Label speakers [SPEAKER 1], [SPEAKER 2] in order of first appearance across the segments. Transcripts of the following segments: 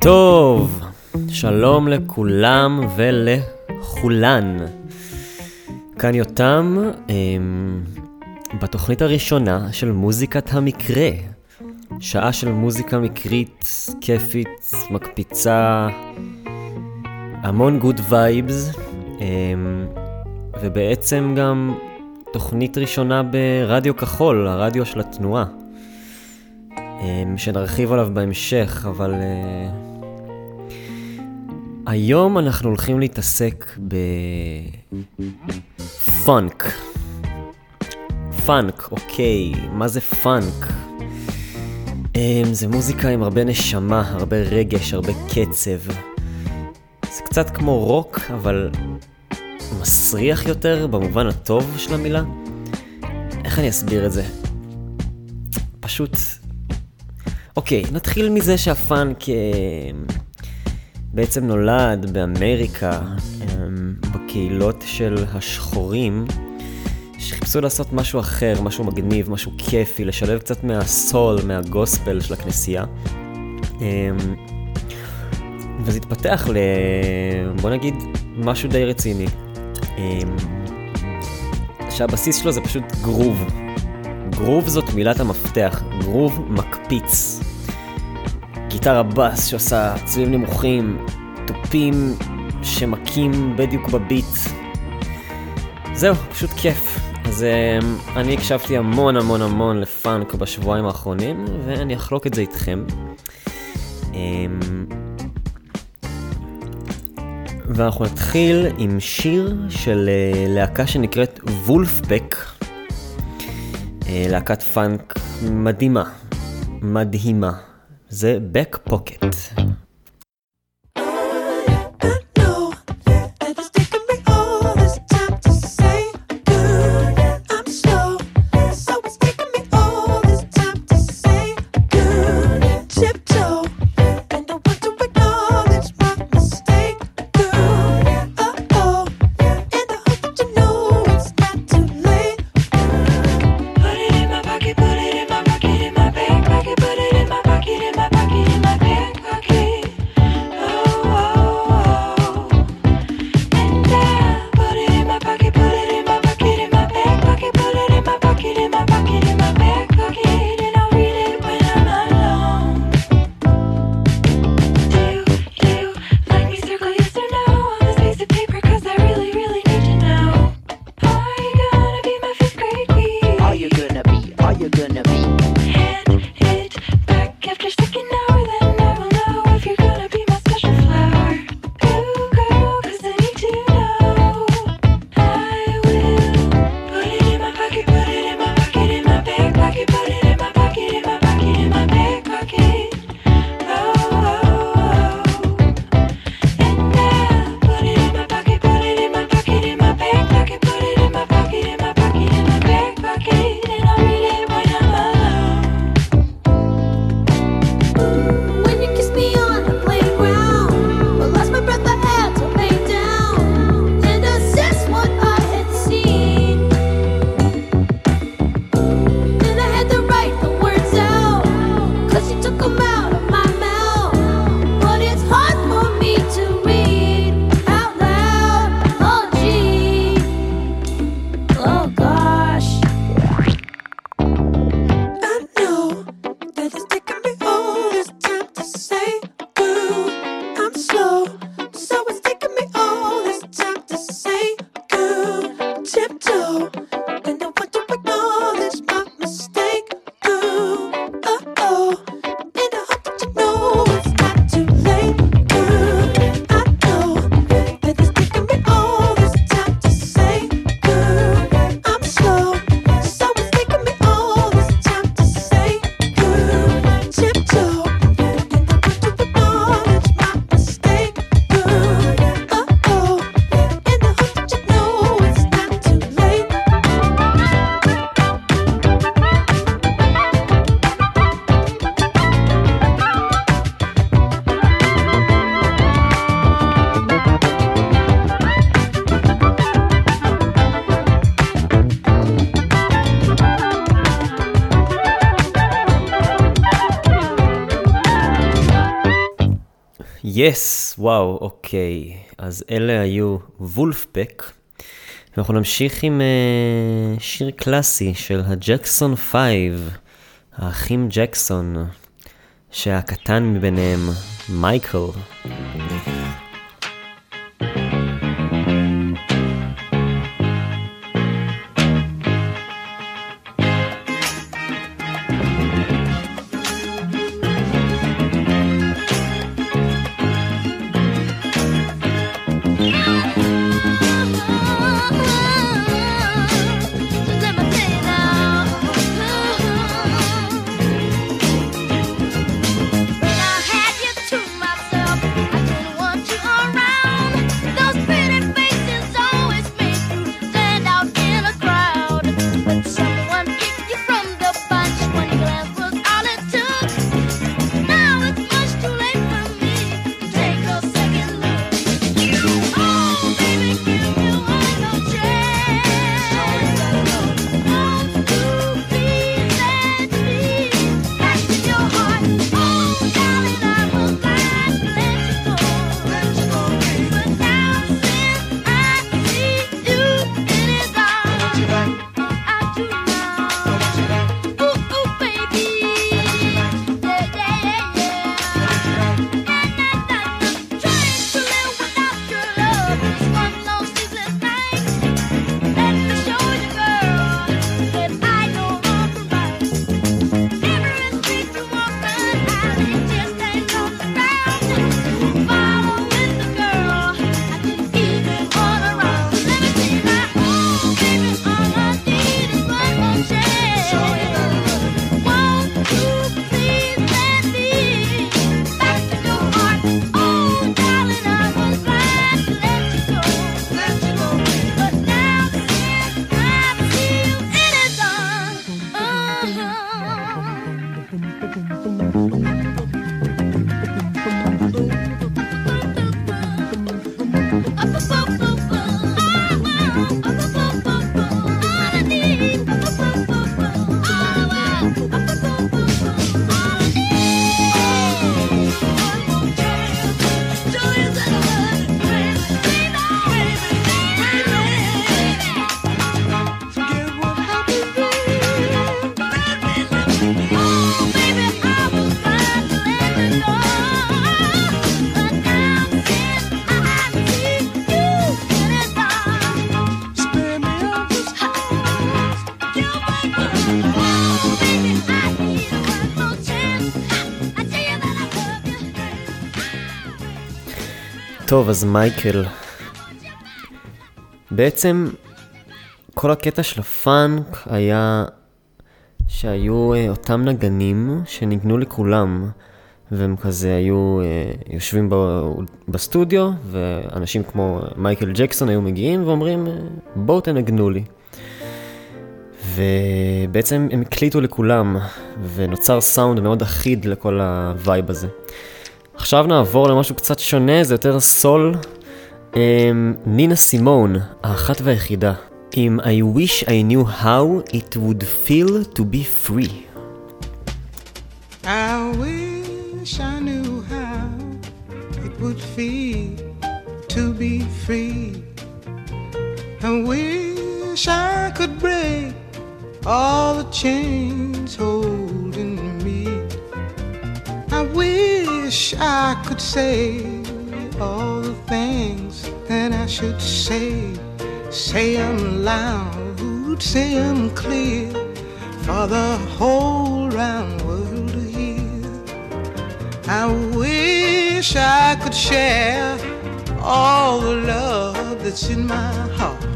[SPEAKER 1] טוב, שלום לכולם ולכולן. כאן יותם, בתוכנית הראשונה של מוזיקת המקרה. שעה של מוזיקה מקרית, כיפית, מקפיצה, המון גוד וייבס, ובעצם גם תוכנית ראשונה ברדיו כחול, הרדיו של התנועה, שנרחיב עליו בהמשך, אבל היום אנחנו הולכים להתעסק בפאנק. פאנק, אוקיי, מה זה פאנק? זה מוזיקה עם הרבה נשמה, הרבה רגש, הרבה קצב. זה קצת כמו רוק, אבל מסריח יותר במובן הטוב של המילה. איך אני אסביר את זה? פשוט... אוקיי, נתחיל מזה שהפאנק בעצם נולד באמריקה, בקהילות של השחורים, שחיפשו לעשות משהו אחר, משהו מגניב, משהו כיפי, לשלב קצת מהסול, מהגוספל של הכנסייה. וזה התפתח בוא נגיד, משהו די רציני. שהבסיס שלו זה פשוט גרוב. גרוב זאת מילת המפתח, גרוב מקפיץ. גיטרה בס שעושה צלילים נמוכים, טופים שמקים בדיוק בביט. זהו, פשוט כיף. אז אני הקשבתי המון לפאנק בשבועיים האחרונים, ואני אחלוק את זה איתכם. ואנחנו נתחיל עם שיר של להקה שנקראת וולפפק. להקת פאנק מדהימה. זה Back Pocket.
[SPEAKER 2] Put it in my pocket, in my back pocket, put it in my pocket, in my pocket, in my back pocket.
[SPEAKER 1] Yes, וואו, אוקיי. אז אלה היו וולפפק. אנחנו נמשיך עם שיר קלאסי של הג'קסון 5, האחים ג'קסון, שהקטן מביניהם, מייקל. טוב, אז מייקל. בעצם כל הקטע של הפאנק היה שהיו אותם נגנים שניגנו לכולם, והם כזה היו יושבים בסטודיו, ואנשים כמו מייקל ג'קסון היו מגיעים ואומרים, בואו תנגנו לי. ובעצם הם הקליטו לכולם, ונוצר סאונד מאוד אחיד לכל הווייב הזה. עכשיו נעבור למשהו קצת שונה, זה יותר סול. נינה סימון, האחת והיחידה, עם I wish I knew how it would feel to be free.
[SPEAKER 2] I wish I knew how it would feel to be free. I wish I could break all the chains holding me. I wish I could say all the things that I should say. Say them loud, say them clear, for the whole round world to hear. I wish I could share all the love that's in my heart.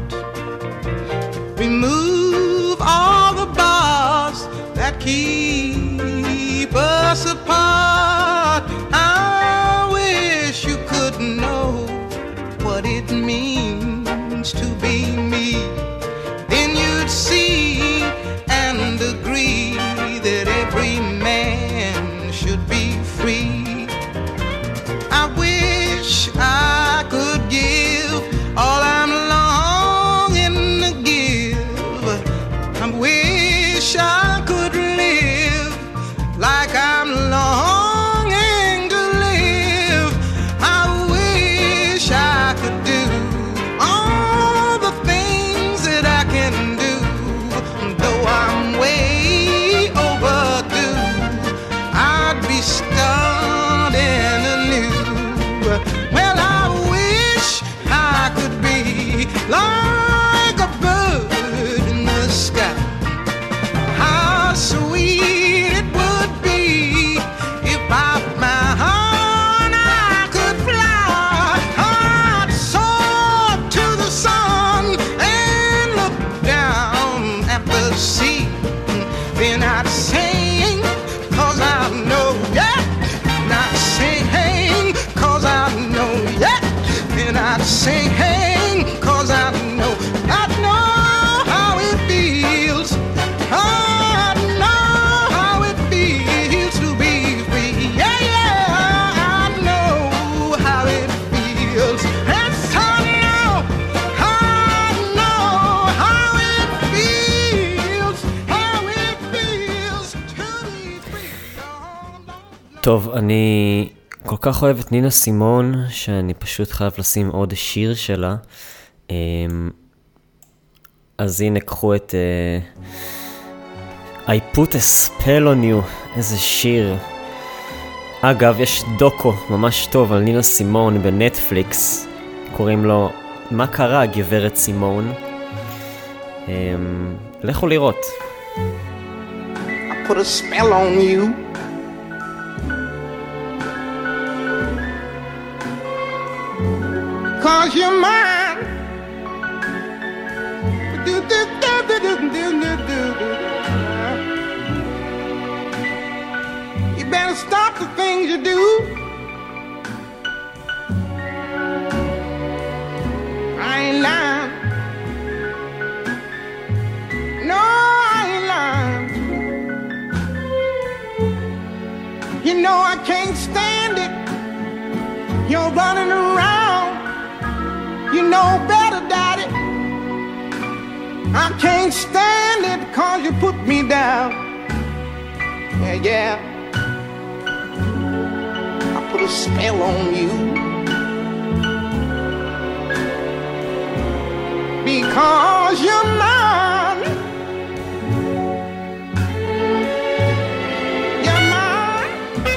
[SPEAKER 2] Remove all the bars that keep us apart. I wish you could know what it means to be me. Then you'd see and agree that every man should be free. I wish I could give all I'm longing to give. I wish I could live like I'm longing to live. sing, 'cause I know how it feels. I know how it feels to be free. Yeah, yeah, I know how it feels. Yes, I know how it feels to be free.
[SPEAKER 1] טוב, אני כל כך אוהב את נינה סימון, שאני פשוט חייב לשים עוד שיר שלה. אז הנה, קחו את I Put a Spell on You, איזה שיר. אגב, יש דוקו ממש טוב על נינה סימון בנטפליקס, קוראים לו מה קרה גברת סימון. לכו לראות.
[SPEAKER 2] I put a spell on you. Cause you're mine. You better stop the things you do. I ain't lying. No, I ain't lying. You know I can't stand it. You're running around. You know better, Daddy. I can't stand it 'cause you put me down. Yeah, yeah. I put a spell on you. Because you're mine. You're mine.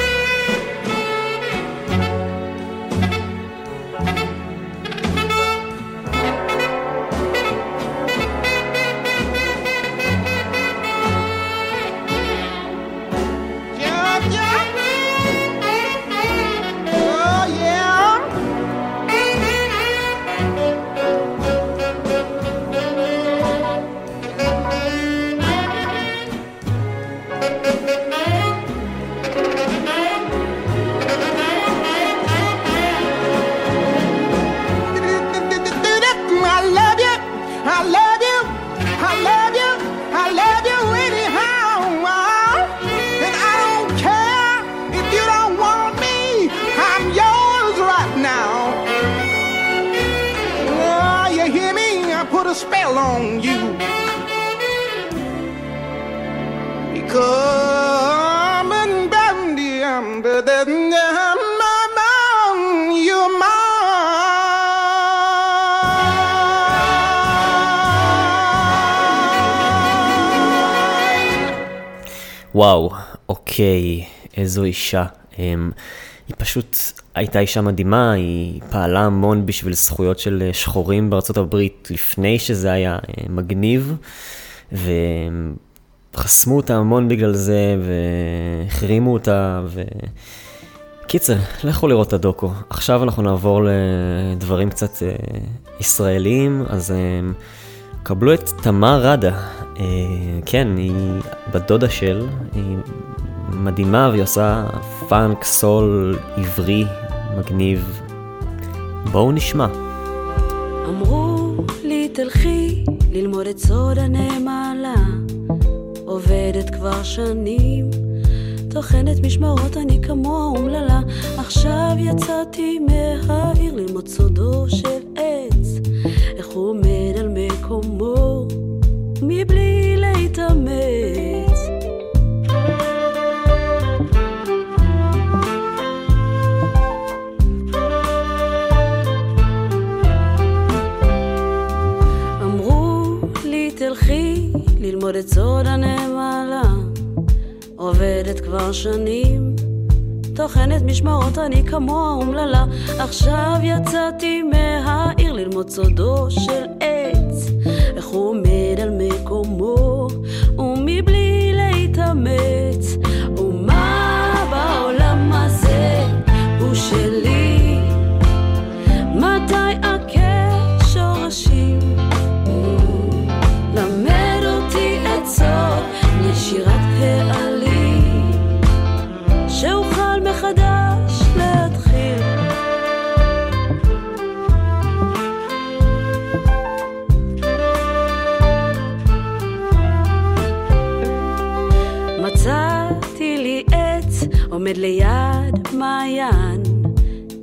[SPEAKER 2] Spell on you because you're mine.
[SPEAKER 1] וואו, אוקיי, איזו אישה. היא פשוט הייתה אישה מדהימה, היא פעלה המון בשביל זכויות של שחורים בארצות הברית לפני שזה היה מגניב, וחסמו אותה המון בגלל זה, והחרימו אותה, קיצר, לכו לראות את הדוקו. עכשיו אנחנו נעבור לדברים קצת ישראליים, אז קבלו את תמר רדה. כן, היא בדודה של, היא מדהימה, והיא עושה פאנק, סול, עברי, מגניב. בואו נשמע.
[SPEAKER 3] אמרו לי תלכי ללמוד את סוד הנמלה, עובדת כבר שנים, תוכנת משמרות, אני כמו אומללה. עכשיו יצאתי מהעיר ללמוד סודו של עץ, איך הוא עומד על מקומו מבלי להתאמץ. תלכי ללמוד את סוד הנמלה, עובדת כבר שנים, תוכנת משמרות, אני כמו אומללה. עכשיו יצאתי מהעיר ללמוד סודו של עץ, איך הוא עומד על מקומו ומבלי להתאמץ. ומה בעולם הזה הוא שלי, מתי אכה שורשים, למד אותי עצות נשירת העלי, שאוכל מחדש להתחיל.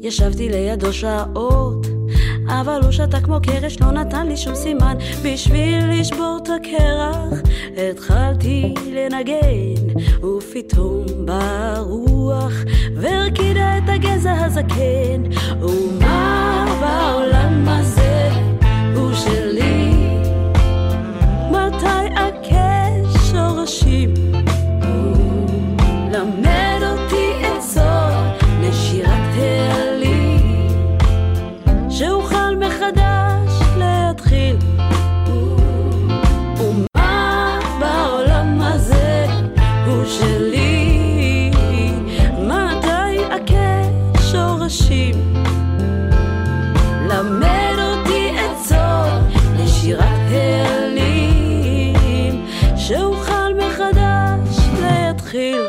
[SPEAKER 3] ישבתי לידו שעות, אבל הוא שתה כמו קרש, לא נתן לי שום סימן. בשביל לשבור את הקרח התחלתי לנגן, ופתאום ברוח והרקידה את הגזע הזקן. ומה בעולם הזה הוא שלי, מתי אקש שורשים, למד אותי את סוד נשירת העלים, שאוכל מחדש להתחיל. ומה בעולם הזה הוא שלי, מתי אקש שורשים, למד אותי את סוד נשירת העלים, שאוכל מחדש להתחיל.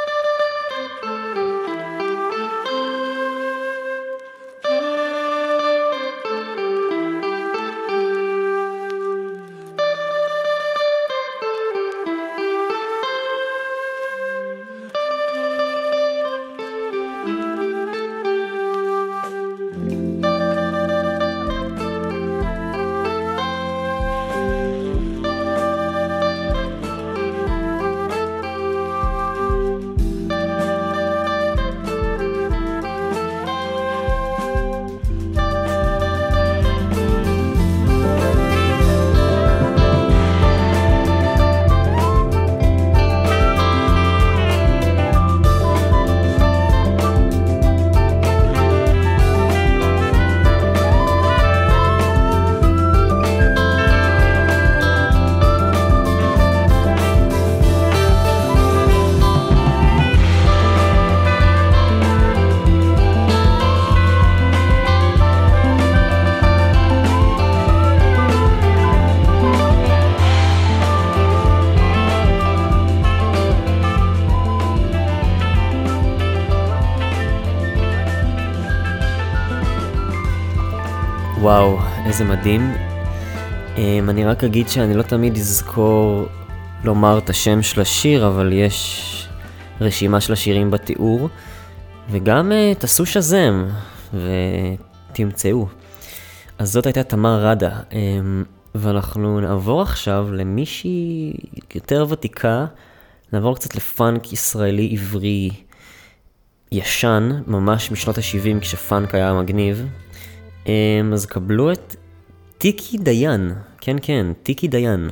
[SPEAKER 1] וואו, איזה מדהים. אני רק אגיד שאני לא תמיד אזכור לומר את השם של השיר, אבל יש רשימה של השירים בתיאור, וגם תעשו שזם ותמצאו. אז זאת הייתה תמר רדה, ואנחנו נעבור עכשיו למישהי יותר ותיקה, נעבור קצת לפאנק ישראלי עברי ישן, ממש משנות ה-70 כשפאנק היה מגניב. אז קבלו את טיקי דיין, כן כן, טיקי דיין.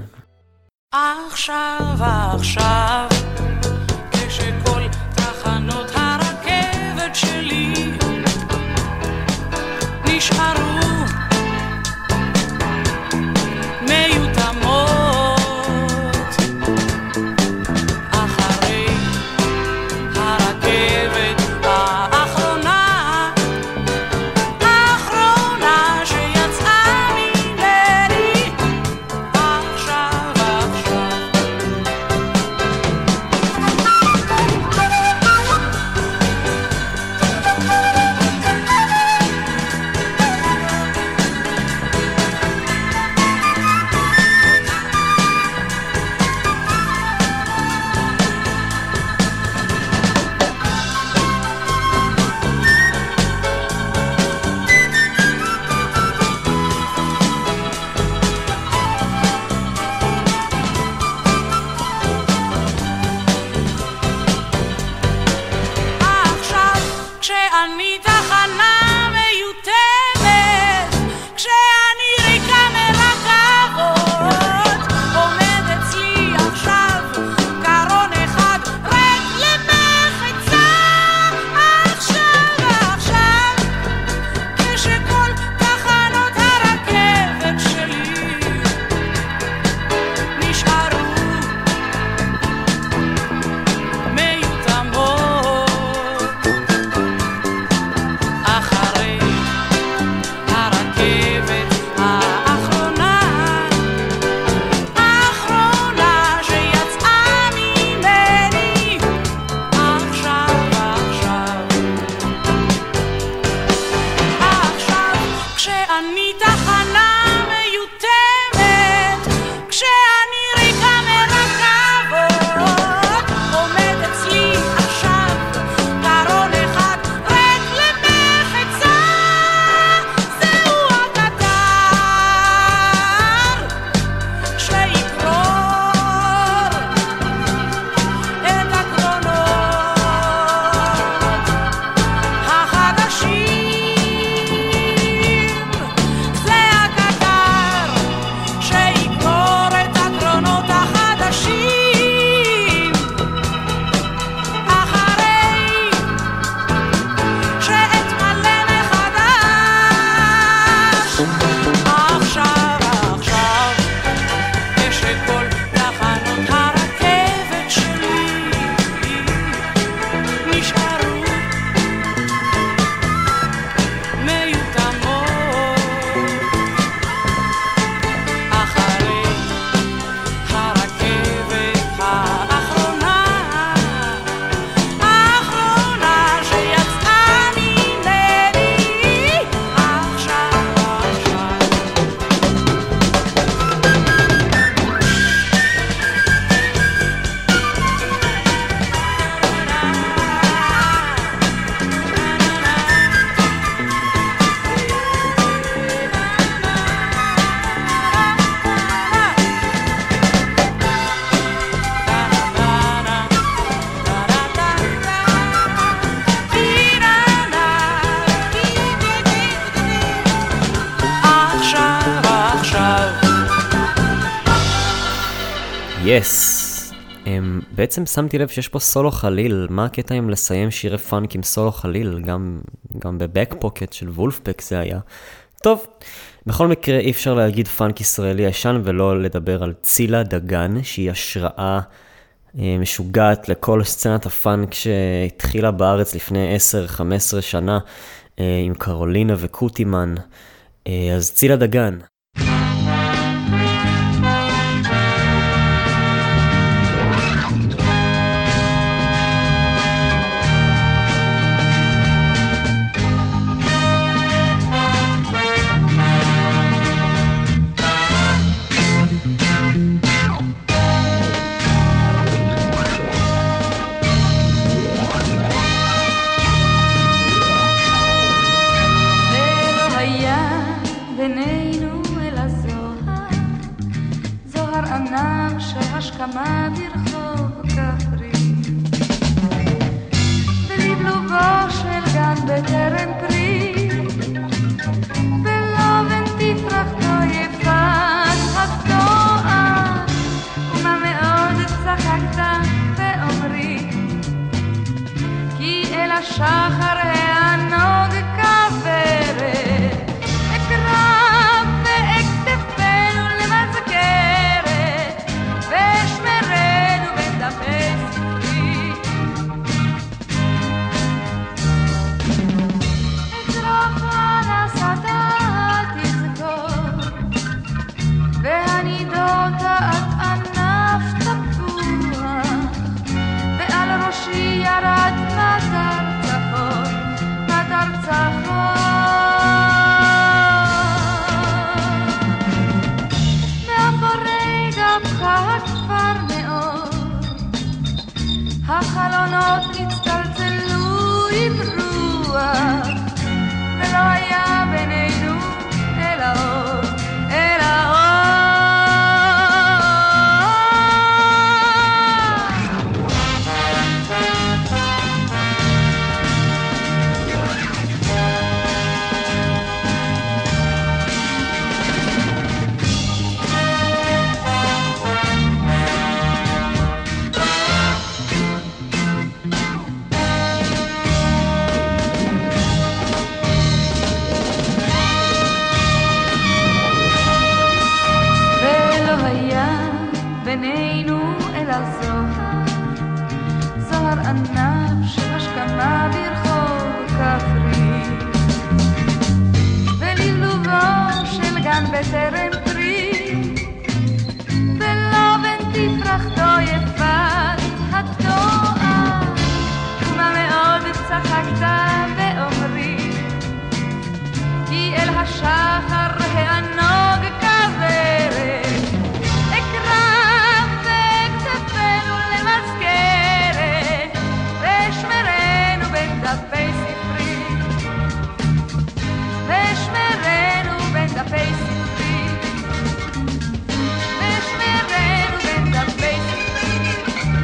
[SPEAKER 4] עכשיו כשכל תחנות הרכבת שלי נשארו מיותמות, אחרי הרכבת האחרונה שיצאה ממני, עכשיו כשאני תחנה מיותמת, כשאני ריקה מרכבות, עומד אצלי עכשיו קרון אחד ריק למחצה. עכשיו כשכל תחנות הרכבת שלי נשארו מיותמות, אחרי הרכבת האחרונה שיצאה ממני, עכשיו כשאני תחנה מיותמת, כשאני ריקה מרכבות, עומד אצלי עכשיו קרון אחד ריק למחצה.
[SPEAKER 1] יס. בעצם שמתי לב שיש פה סולו חליל. מה הקטע עם לסיים שירי פאנק עם סולו חליל? גם בבק פוקט של וולפפק זה היה. טוב, בכל מקרה אי אפשר להגיד פאנק ישראלי ישן ולא לדבר על צילה דגן, שהיא השראה משוגעת לכל סצנת הפאנק שהתחילה בארץ לפני 10-15 שנה עם קרולינה וקוטימן. אז צילה דגן.
[SPEAKER 5] כמה ברחוב כפרי ולבלובו של גן בטרם פרי ולובן תפרחתו יפת הפתועה ומה מאוד צחקת ואומרי כי אל השחר הענוג כברת אקרב ואקטפנו למזכרת ושמרנו בין דפי ספרי את רוחן הסתה תזכור והנידות את ענף תפוח ועל ראשי ירד מטר צחור מאחורי דפך הכפר מאוד החלונות הצטלצלו עם רוח ולא היה בינינו אל האור אל האור בינינו אל הזוהר זוהר ענב של השכמה ברחוב כפרי ולבלובו של גן בטרם פרי ולובן תפרחתו יפת התועה ומה מאוד צחקת ואומרי כי אל השחר הענוג כברת דפי ספרי ושמרנו בין דפי ספרי ושמרנו בין דפי ספרי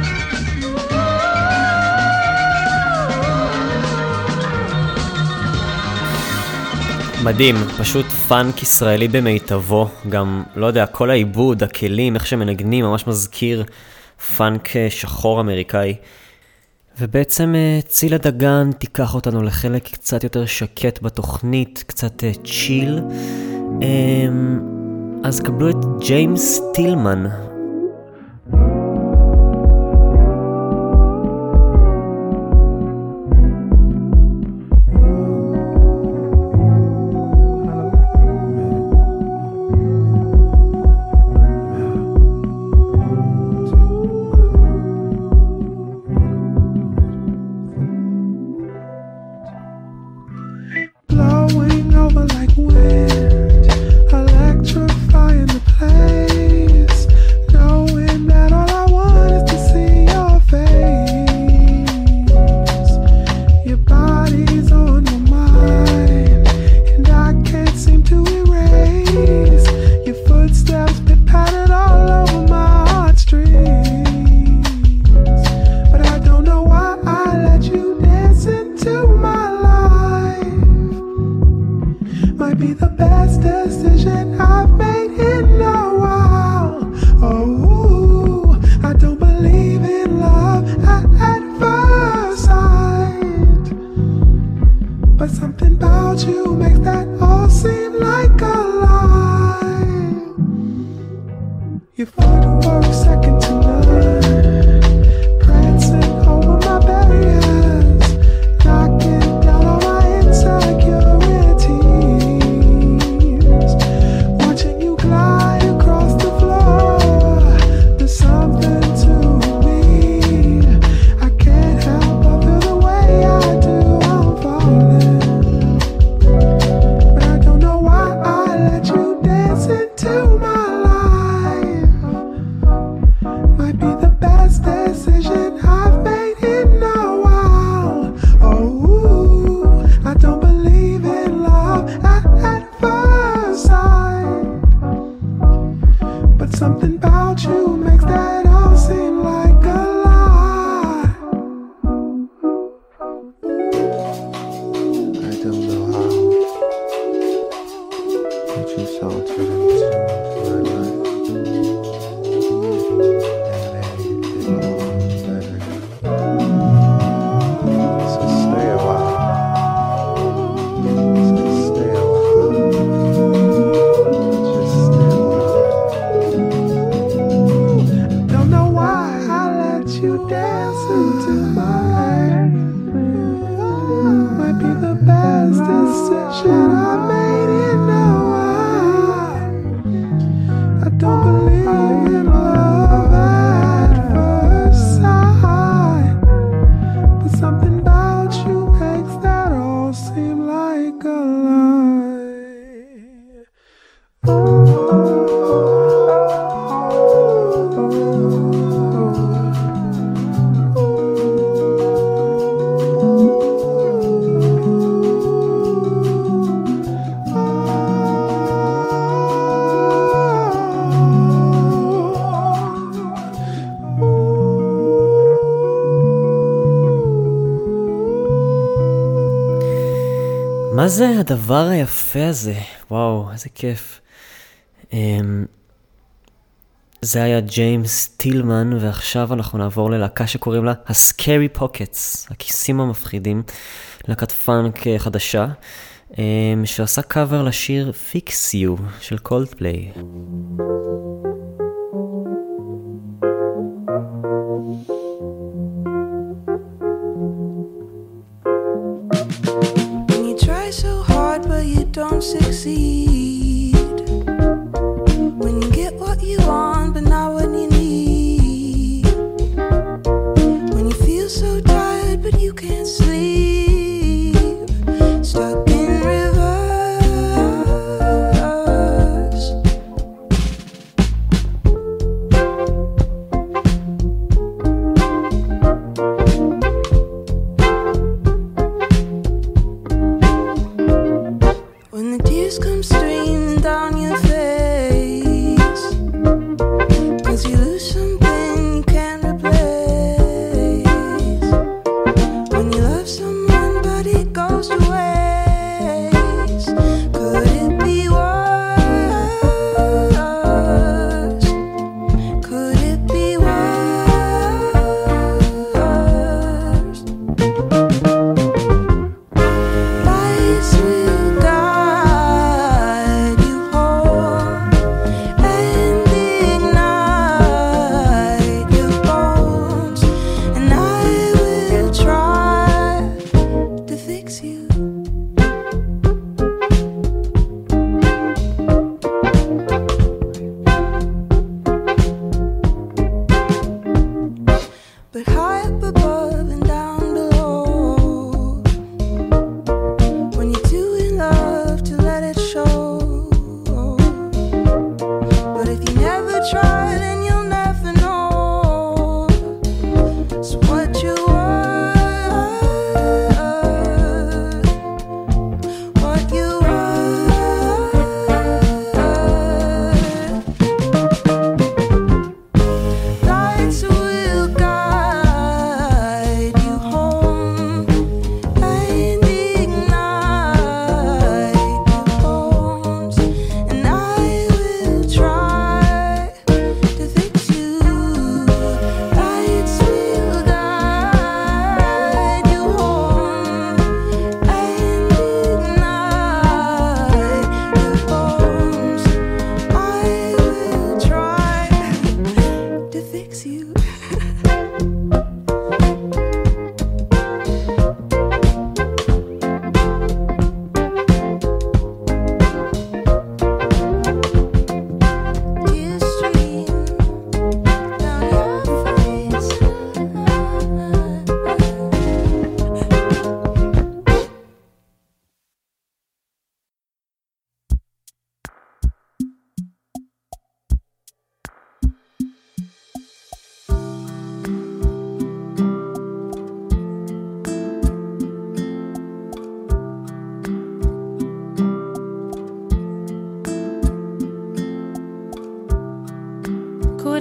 [SPEAKER 1] מדהים, פשוט פאנק ישראלי במיטבו. גם, לא יודע, כל העיבוד, הכלים, איך שמנגנים, ממש מזכיר פאנק שחור אמריקאי. ובעצם צילה דגן תיקח אותנו לחלק קצת יותר שקט בתוכנית, קצת צ'יל. אז קבלו את ג'יימס טילמן.
[SPEAKER 2] Decision I've made in a while. Oh, about you makes that all seem like a lie. You fall to work second to none, prancing over my barriers, knocking down all my insecurities, watching you glide across the floor. There's something to me, I can't help but feel the way I do. I'm falling, but I don't know why I let you dance into my life. Might be the best decision I've made in a while. Oh, I don't believe in love at first sight, but something about you makes that all seem like a lie. I don't know how, but you sauntered into my life and made it all better. So stay a while. So stay a while. Just stay a while. Don't know why I let you dance into my life. Might be the best decision I made in a while. I don't believe in love at first sight, but something about you makes that all seem like a lie.
[SPEAKER 1] מה זה הדבר היפה הזה? וואו, איזה כיף. זה היה ג'יימס טילמן, ועכשיו אנחנו נעבור ללהקה שקוראים לה ה-Scary Pockets, הכיסים המפחידים, להקת פאנק חדשה, שעשה קאבר לשיר Fix You של קולדפליי.
[SPEAKER 6] Don't succeed when you get what you want but not what you need, when you feel so tired but you can't sleep, stuck in reverse. When the tears come streaming down your face, 'cause you lose something you can't replace. When you love someone but it goes to waste, could it be worse? Could it be worse? Lights will guide you home.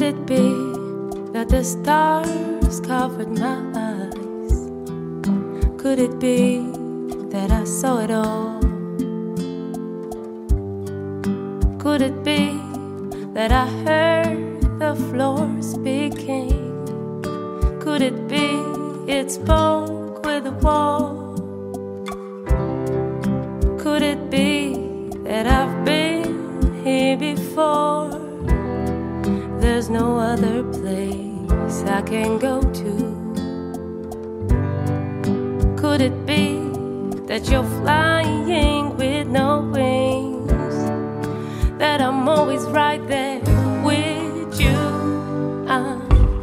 [SPEAKER 7] Could it be that the stars covered my eyes? Could it be that I saw it all? Could it be that I heard the floor speaking? Could it be it spoke with the wall? Could it be that I've been here before? There's no other place I can go to. Could it be that you're flying with no wings? That I'm always right there with you? I'm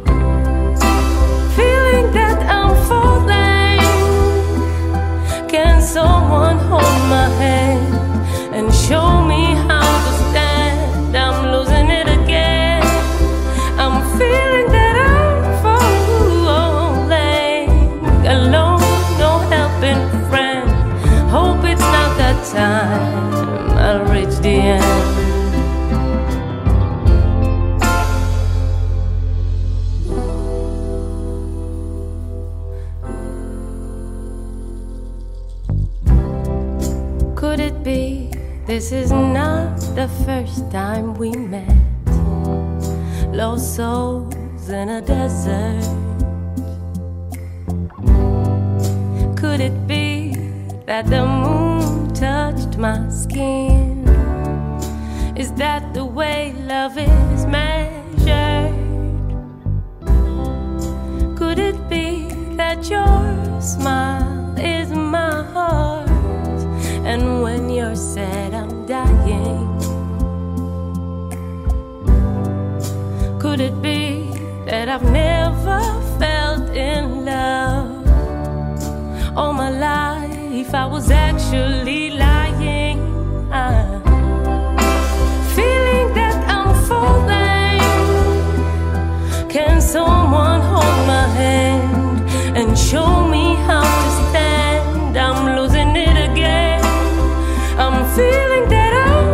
[SPEAKER 7] feeling that I'm falling. Can someone hold my hand and show me how to stand? I'm losing it again. I'm feeling that I'm falling alone, no helping friend. Hope it's not that time I'll reach the end. Could it be this is not the first time we met? Lost souls in a desert. Could it be that the moon touched my skin? Is that the way love is measured? Could it be that your smile is my heart? And when you're sad, I'm dying. Could it be that I've never felt in love? All my life I was actually lying. I'm feeling that I'm falling. Can someone hold my hand and show me how to stand? I'm losing it again. I'm feeling that I'm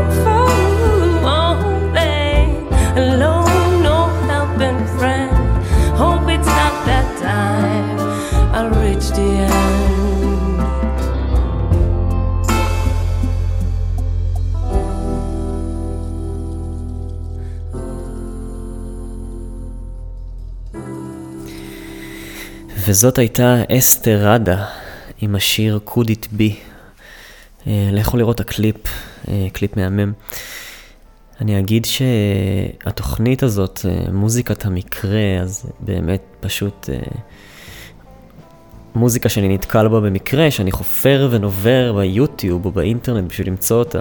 [SPEAKER 7] falling alone, no helping friend. Hope it's not that time I'll reach the end.
[SPEAKER 1] וזאת הייתה אסתרדה עם השיר Could It Be. לכו לראות הקליפ, קליפ מהמם. אני אגיד שהתוכנית הזאת, מוזיקת המקרה, אז באמת פשוט מוזיקה שאני נתקל בה במקרה, שאני חופר ונובר ביוטיוב או באינטרנט בשביל למצוא אותה.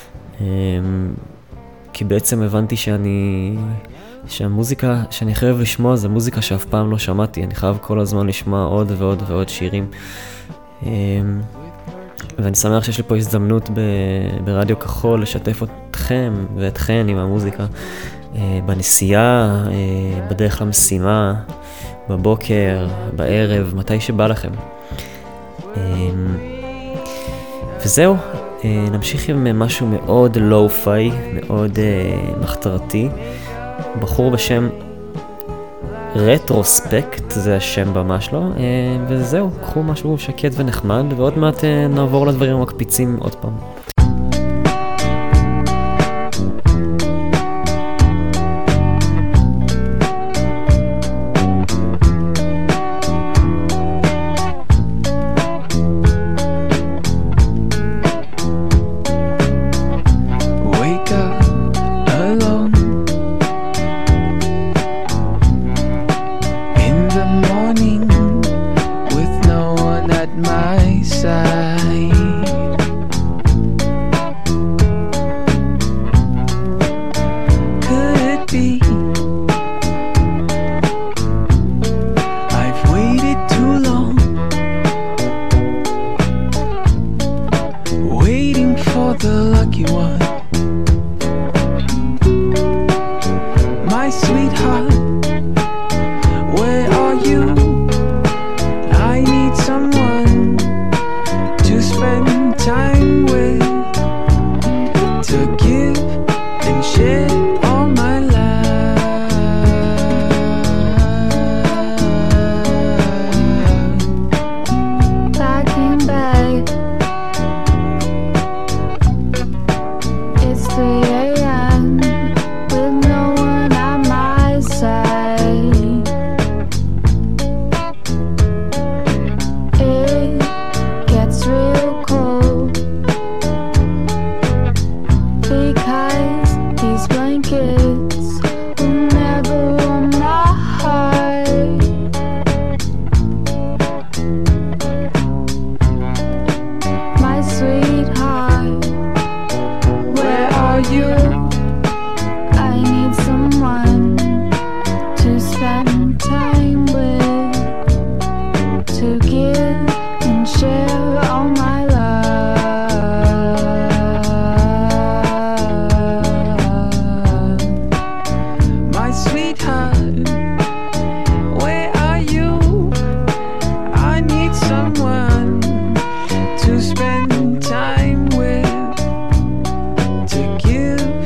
[SPEAKER 1] כי בעצם הבנתי שהמוזיקה שאני חייב לשמוע זה מוזיקה שאף פעם לא שמעתי. אני חייב כל הזמן לשמוע עוד ועוד ועוד שירים. ואני שמח שיש לי פה הזדמנות ברדיו כחול לשתף אתכם ואתכן עם המוזיקה בנסיעה, בדרך למשימה, בבוקר, בערב, מתי שבא לכם. וזהו, נמשיך עם משהו מאוד לואו-פיי, מאוד מחתרתי. בחור בשם רטרוספקט, זה השם במה שלו, וזהו, קחו משהו שקט ונחמד, ועוד מעט נעבור לדברים המקפיצים עוד פעם.
[SPEAKER 8] My side ties, these blankets will never warm my heart. My sweetheart, where are you? I need someone to spend time with, to give and share all my love.
[SPEAKER 2] My sweetheart, where are you? I need someone to spend time with, to give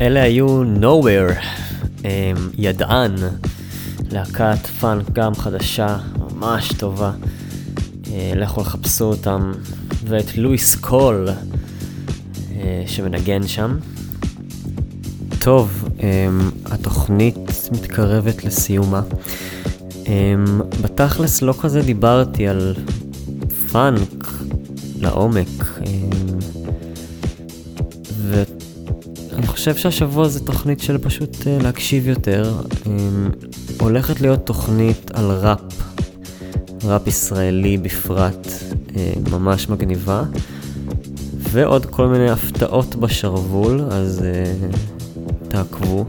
[SPEAKER 1] אלה היו Nowhere, ידען, להקת פאנק גם חדשה, ממש טובה. לכו לחפשו אותם, ואת לואיס קול שמנגן שם. טוב, התוכנית מתקרבת לסיומה. בתכלס לא כזה דיברתי על פאנק לעומק, ואני חושב שהשבוע זה תוכנית של פשוט להקשיב יותר. הולכת להיות תוכנית על ראפ ישראלי בפרט, ממש מגניבה, ועוד כל מיני הפתעות בשרבול, אז תעקבו.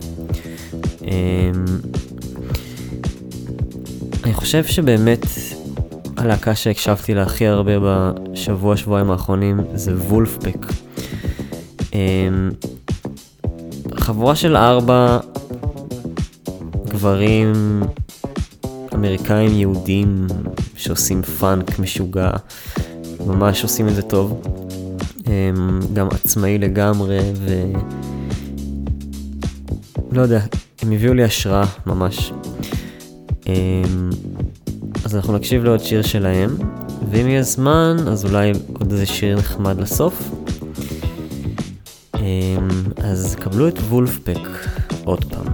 [SPEAKER 1] אני חושב שבאמת הלהקה שהקשבתי לה הכי הרבה בשבועיים האחרונים זה וולפפק. חבורה של 4 גברים אמריקאים יהודים שעושים פאנק משוגע, ממש עושים את זה טוב, גם עצמאי לגמרי, לא יודע, הם הביאו לי השראה ממש. אז אנחנו נקשיב לעוד שיר שלהם, ואם יהיה זמן אז אולי עוד איזה שיר נחמד לסוף. אז קבלו את וולפפק עוד פעם.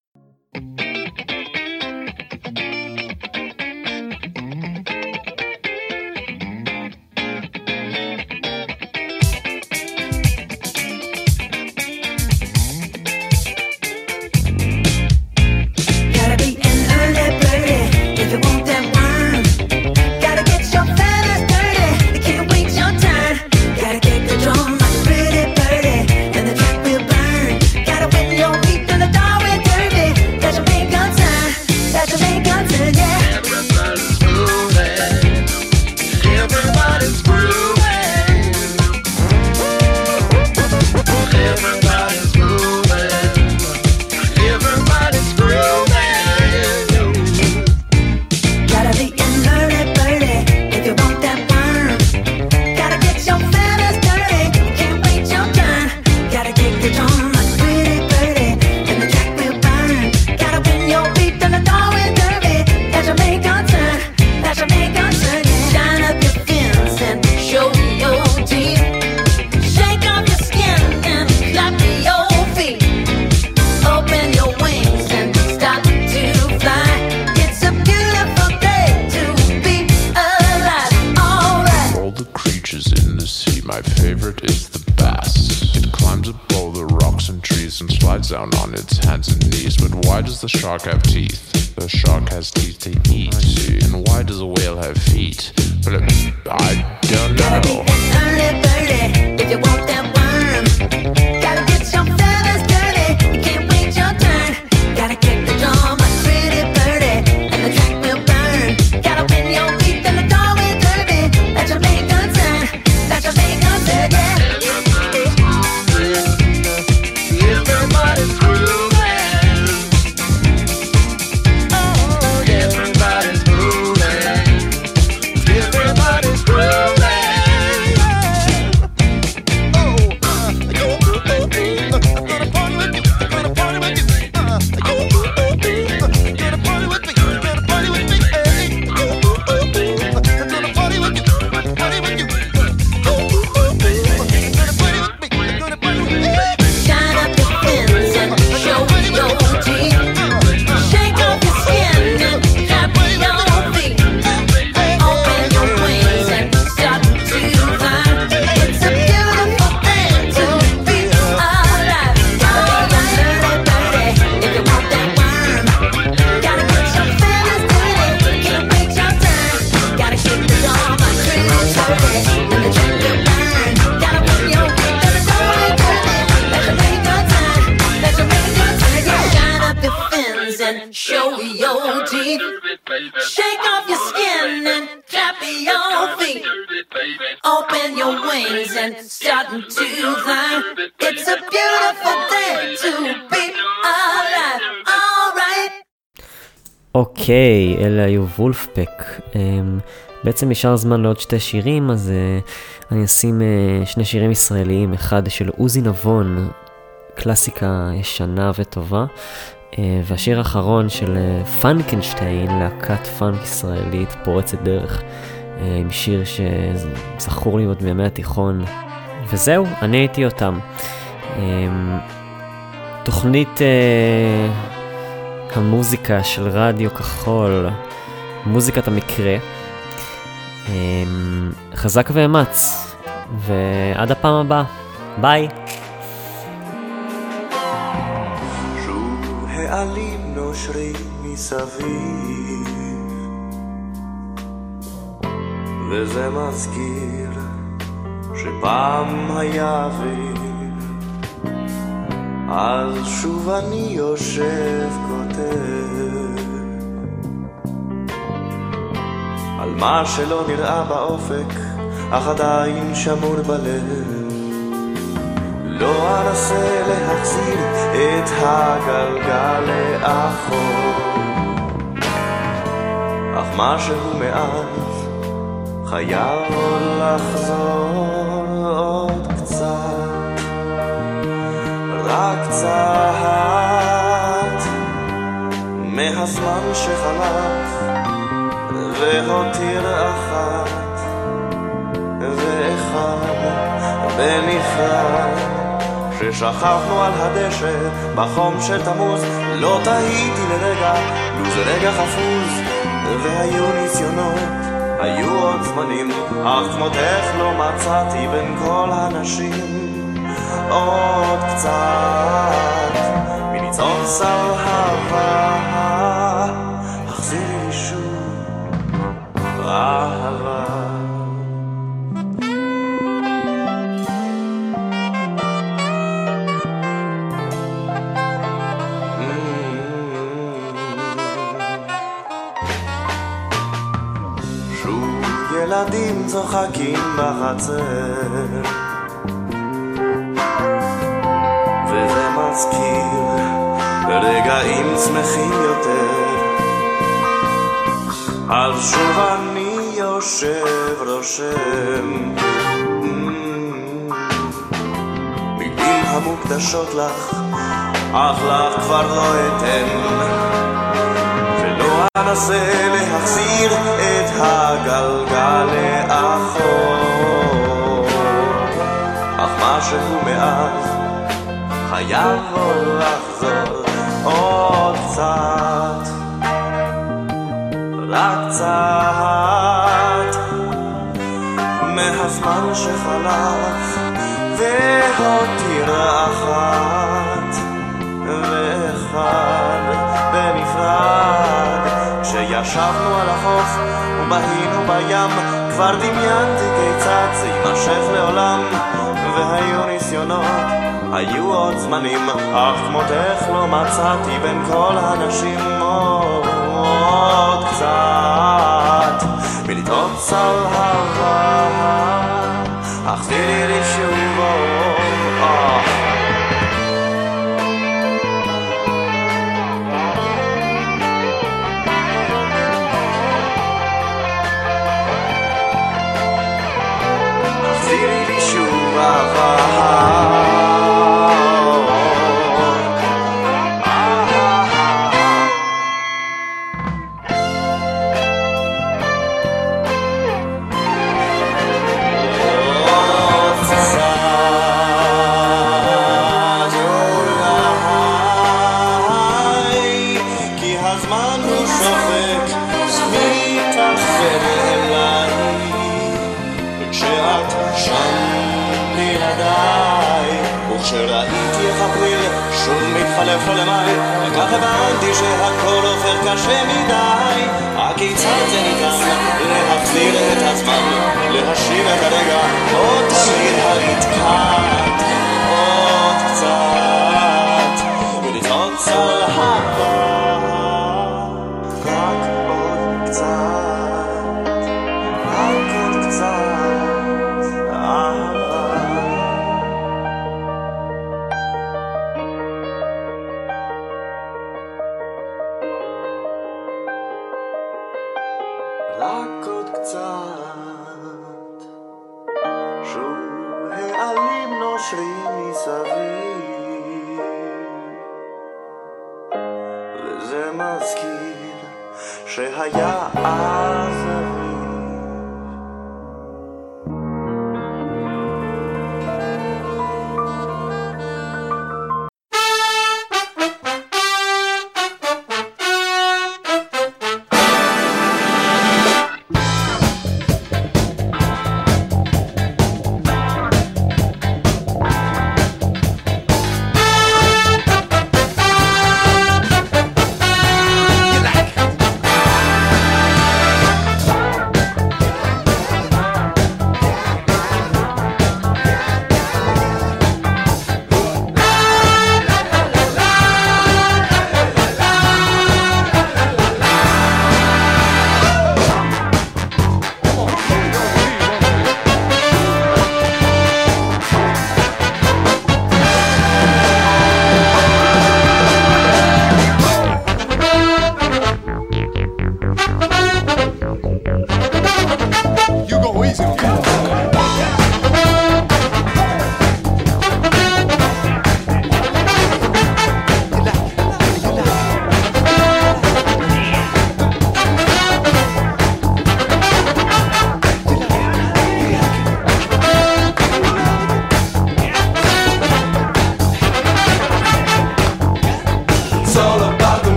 [SPEAKER 9] The shark have teeth. The shark has teeth to eat. I see. And why does a whale have feet? But I don't know.
[SPEAKER 10] Gotta be an early birdie if you want that worm. Gotta get your feathers dirty. You can't wait your turn. Gotta kick the drum like a pretty birdie, and the track will burn. Gotta win your feet in the Darwin Derby. That's your main concern. That's your main concern. Yeah. Everybody's grooving. Show your teeth. Shake off your skin and clap your feet. Open your wings and start to fly. It's a beautiful day to be alive. All right.
[SPEAKER 1] אוקיי, אלה היו וולפפק. בעצם נשאר זמן לעוד 2 שירים, אז אני אשים 2 שירים ישראליים, אחד של עוזי נבון קלאסיקה ישנה וטובה. והשיר האחרון של פנקנשטיין, להקת פאנק ישראלית פורצת דרך, עם שיר שזכור לי עוד בימי התיכון. וזהו, אני הייתי אותם. תוכנית המוזיקה של רדיו כחול, מוזיקת המקרה. חזק ואמץ, ועד הפעם הבאה. ביי.
[SPEAKER 11] שוב העלים נושרים מסביב, וזה מזכיר שפעם היה אביב. אז שוב אני יושב כותב על מה שלא נראה באופק, אך עדיין שמור בלב. לא אנסה להחזיר את הגלגל לאחור, אך משהו מאז חייב עוד לחזור עוד קצת, רק קצת מהזמן שחלף והותיר אחת ואחד בנפרד ששכבנו על הדשא בחום של תמוז. לא תהיתי לרגע, לו זה רגע חפוז, והיו ניסיונות, היו עוד זמנים, אך כמותך לא מצאתי בין כל הנשים. עוד קצת מניצוץ על הווה, החזירי לי שוב אהבה. ילדים צוחקים בחצר, וזה מזכיר רגעים שמחים יותר. אז שוב אני יושב רושם מילים המוקדשות לך, אך לך כבר לא אתן, ולא אנסה להחזיר את הגלגל לאחור, אך משהו מאז חייב עוד לחזור עוד קצת, רק קצת מהזמן שחלף והותיר אחת ואחד בנפרד. כשישבנו על החוף ובהינו בים, כבר דמיינתי כיצד זה יימשך לעולם, והיו ניסיונות, היו עוד זמנים, אך כמותך לא מצאתי בין כל הנשים. עוד קצת מלטוץ על הווה, החזירי לי שוב החזירי לי שוב אהבה. כשראיתי איך אפריל שוב מתחלף לו למאי, וכך הבנתי שהכל עובר קשה מדי. הכיצד זה ניתן להחזיר את הזמן, להשיב את הרגע, עוד תמיד היית כאן. עוד קצת ולצעוץ על הווה, רק עוד קצת, רק עוד קצת אהבה. רק עוד קצת, שוב העלים נושרים מסביב, שהיה אז אביב.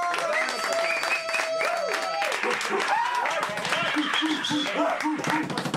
[SPEAKER 12] Thank you.